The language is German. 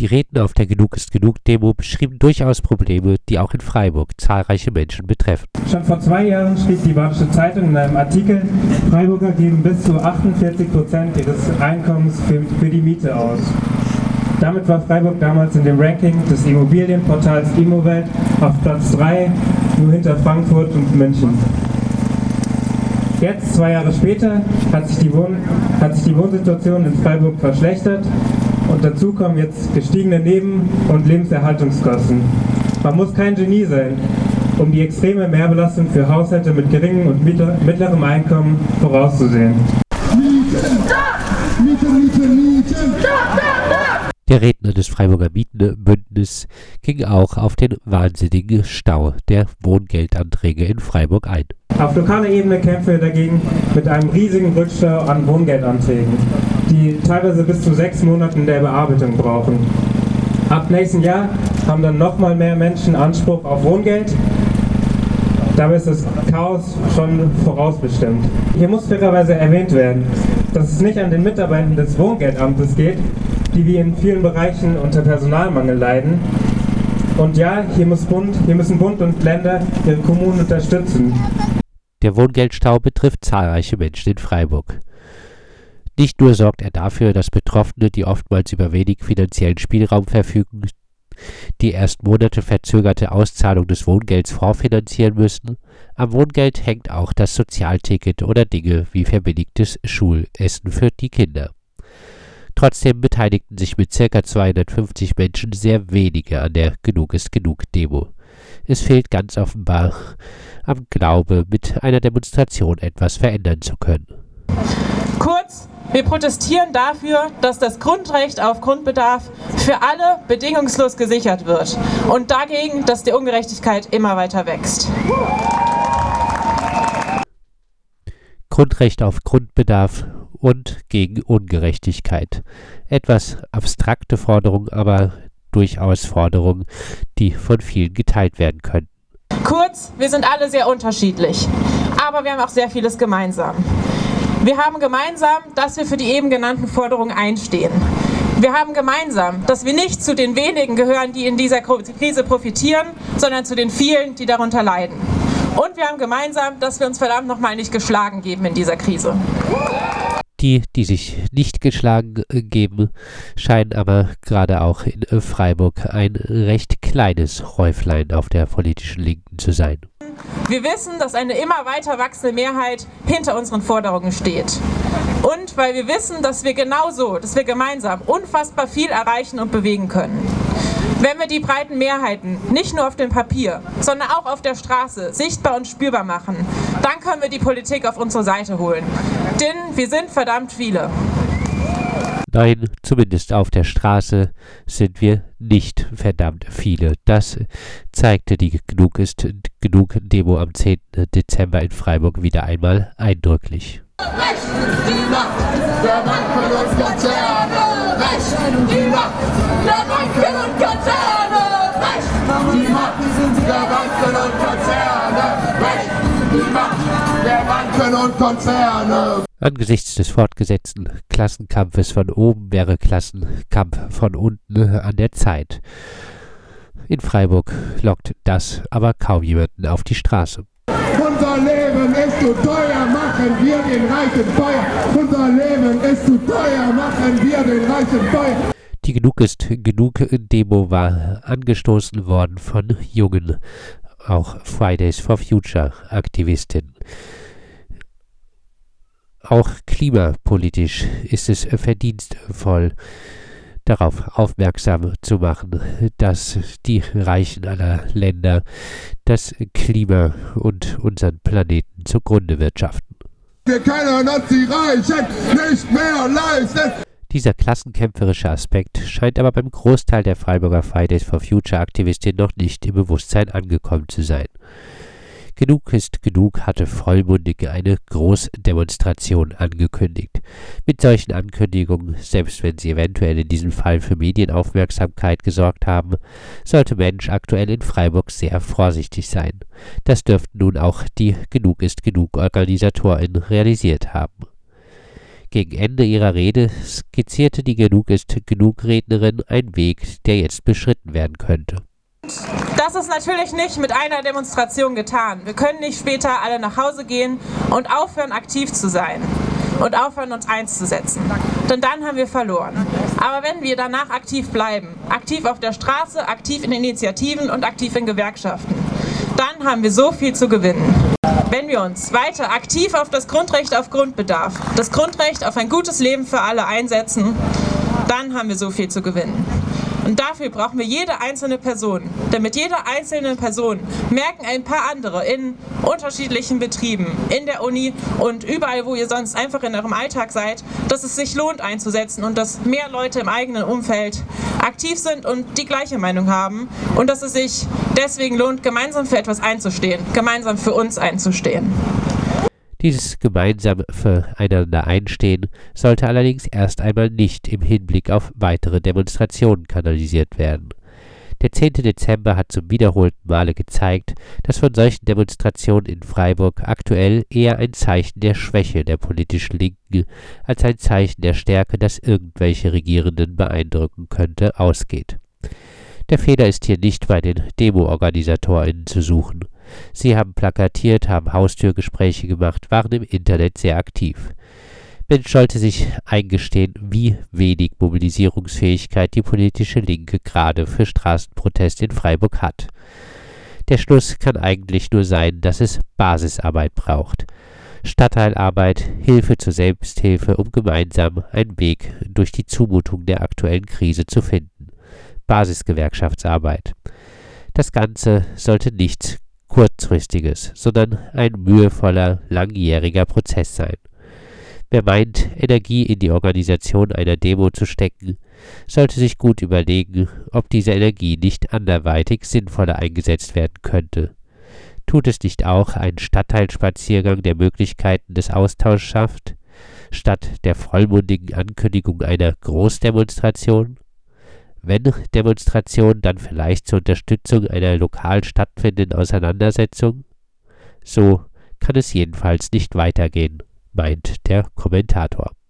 Die Reden auf der Genug ist Genug-Demo beschrieben durchaus Probleme, die auch in Freiburg zahlreiche Menschen betreffen. Schon vor 2 Jahren schrieb die Badische Zeitung in einem Artikel, Freiburger geben bis zu 48% ihres Einkommens für die Miete aus. Damit war Freiburg damals in dem Ranking des Immobilienportals Immowelt auf Platz 3, nur hinter Frankfurt und München. Jetzt, 2 Jahre später, hat sich die Wohnsituation in Freiburg verschlechtert und dazu kommen jetzt gestiegene Leben- und Lebenserhaltungskosten. Man muss kein Genie sein, um die extreme Mehrbelastung für Haushalte mit geringem und mittlerem Einkommen vorauszusehen. Der Redner des Freiburger Mietenbündnisses ging auch auf den wahnsinnigen Stau der Wohngeldanträge in Freiburg ein. Auf lokaler Ebene kämpfen wir dagegen mit einem riesigen Rückstau an Wohngeldanträgen, die teilweise bis zu 6 Monaten der Bearbeitung brauchen. Ab nächsten Jahr haben dann nochmal mehr Menschen Anspruch auf Wohngeld. Dabei ist das Chaos schon vorausbestimmt. Hier muss fairerweise erwähnt werden, dass es nicht an den Mitarbeitern des Wohngeldamtes geht, die wie in vielen Bereichen unter Personalmangel leiden. Und ja, hier müssen Bund und Länder ihre Kommunen unterstützen. Der Wohngeldstau betrifft zahlreiche Menschen in Freiburg. Nicht nur sorgt er dafür, dass Betroffene, die oftmals über wenig finanziellen Spielraum verfügen, die erst Monate verzögerte Auszahlung des Wohngelds vorfinanzieren müssen, am Wohngeld hängt auch das Sozialticket oder Dinge wie verbilligtes Schulessen für die Kinder. Trotzdem beteiligten sich mit ca. 250 Menschen sehr wenige an der Genug ist Genug-Demo. Es fehlt ganz offenbar am Glaube, mit einer Demonstration etwas verändern zu können. Kurz, wir protestieren dafür, dass das Grundrecht auf Grundbedarf für alle bedingungslos gesichert wird und dagegen, dass die Ungerechtigkeit immer weiter wächst. Grundrecht auf Grundbedarf und gegen Ungerechtigkeit. Etwas abstrakte Forderungen, aber durchaus Forderungen, die von vielen geteilt werden können. Kurz, wir sind alle sehr unterschiedlich, aber wir haben auch sehr vieles gemeinsam. Wir haben gemeinsam, dass wir für die eben genannten Forderungen einstehen. Wir haben gemeinsam, dass wir nicht zu den wenigen gehören, die in dieser Krise profitieren, sondern zu den vielen, die darunter leiden. Und wir haben gemeinsam, dass wir uns verdammt nochmal nicht geschlagen geben in dieser Krise. Die sich nicht geschlagen geben, scheinen aber gerade auch in Freiburg ein recht kleines Häuflein auf der politischen Linken zu sein. Wir wissen, dass eine immer weiter wachsende Mehrheit hinter unseren Forderungen steht. Und weil wir wissen, dass wir gemeinsam unfassbar viel erreichen und bewegen können. Wenn wir die breiten Mehrheiten nicht nur auf dem Papier, sondern auch auf der Straße sichtbar und spürbar machen, dann können wir die Politik auf unsere Seite holen. Denn wir sind verdammt viele. Nein, zumindest auf der Straße sind wir nicht verdammt viele. Das zeigte die Genug ist Genug-Demo am 10. Dezember in Freiburg wieder einmal eindrücklich. Recht, die Macht der Banken und Konzerne. Recht, die Macht der Banken und Konzerne. Recht, die Macht der Banken und Konzerne. Recht, die Macht der Banken und Konzerne. Angesichts des fortgesetzten Klassenkampfes von oben wäre Klassenkampf von unten an der Zeit. In Freiburg lockt das aber kaum jemanden auf die Straße. Unser Leben ist zu teuer, machen wir den Reichen teuer. Unser Leben ist zu teuer, machen wir den Reichen teuer. Die Genug ist Genug-Demo war angestoßen worden von jungen, auch Fridays for Future Aktivistinnen. Auch klimapolitisch ist es verdienstvoll, darauf aufmerksam zu machen, dass die Reichen aller Länder das Klima und unseren Planeten zugrunde wirtschaften. Wir können uns die Reichen nicht mehr leisten. Dieser klassenkämpferische Aspekt scheint aber beim Großteil der Freiburger Fridays for Future Aktivistinnen noch nicht im Bewusstsein angekommen zu sein. Genug ist Genug hatte vollmundig eine Großdemonstration angekündigt. Mit solchen Ankündigungen, selbst wenn sie eventuell in diesem Fall für Medienaufmerksamkeit gesorgt haben, sollte Mensch aktuell in Freiburg sehr vorsichtig sein. Das dürften nun auch die Genug ist Genug OrganisatorInnen realisiert haben. Gegen Ende ihrer Rede skizzierte die Genug ist genug Rednerin einen Weg, der jetzt beschritten werden könnte. Das ist natürlich nicht mit einer Demonstration getan. Wir können nicht später alle nach Hause gehen und aufhören, aktiv zu sein und aufhören, uns einzusetzen. Denn dann haben wir verloren. Aber wenn wir danach aktiv bleiben, aktiv auf der Straße, aktiv in Initiativen und aktiv in Gewerkschaften, dann haben wir so viel zu gewinnen. Wenn wir uns weiter aktiv auf das Grundrecht auf Grundbedarf, das Grundrecht auf ein gutes Leben für alle einsetzen, dann haben wir so viel zu gewinnen. Und dafür brauchen wir jede einzelne Person. Denn mit jeder einzelnen Person merken ein paar andere in unterschiedlichen Betrieben, in der Uni und überall, wo ihr sonst einfach in eurem Alltag seid, dass es sich lohnt einzusetzen und dass mehr Leute im eigenen Umfeld aktiv sind und die gleiche Meinung haben und dass es sich deswegen lohnt, gemeinsam für etwas einzustehen, gemeinsam für uns einzustehen. Dieses gemeinsam füreinander Einstehen sollte allerdings erst einmal nicht im Hinblick auf weitere Demonstrationen kanalisiert werden. Der 10. Dezember hat zum wiederholten Male gezeigt, dass von solchen Demonstrationen in Freiburg aktuell eher ein Zeichen der Schwäche der politischen Linken als ein Zeichen der Stärke, das irgendwelche Regierenden beeindrucken könnte, ausgeht. Der Fehler ist hier nicht bei den Demo-OrganisatorInnen zu suchen. Sie haben plakatiert, haben Haustürgespräche gemacht, waren im Internet sehr aktiv. Mensch sollte sich eingestehen, wie wenig Mobilisierungsfähigkeit die politische Linke gerade für Straßenproteste in Freiburg hat. Der Schluss kann eigentlich nur sein, dass es Basisarbeit braucht. Stadtteilarbeit, Hilfe zur Selbsthilfe, um gemeinsam einen Weg durch die Zumutung der aktuellen Krise zu finden. Basisgewerkschaftsarbeit. Das Ganze sollte nichts Kurzfristiges, sondern ein mühevoller, langjähriger Prozess sein. Wer meint, Energie in die Organisation einer Demo zu stecken, sollte sich gut überlegen, ob diese Energie nicht anderweitig sinnvoller eingesetzt werden könnte. Tut es nicht auch ein Stadtteilspaziergang der Möglichkeiten des Austauschs schafft, statt der vollmundigen Ankündigung einer Großdemonstration? Wenn Demonstration, dann vielleicht zur Unterstützung einer lokal stattfindenden Auseinandersetzung? So kann es jedenfalls nicht weitergehen, meint der Kommentator.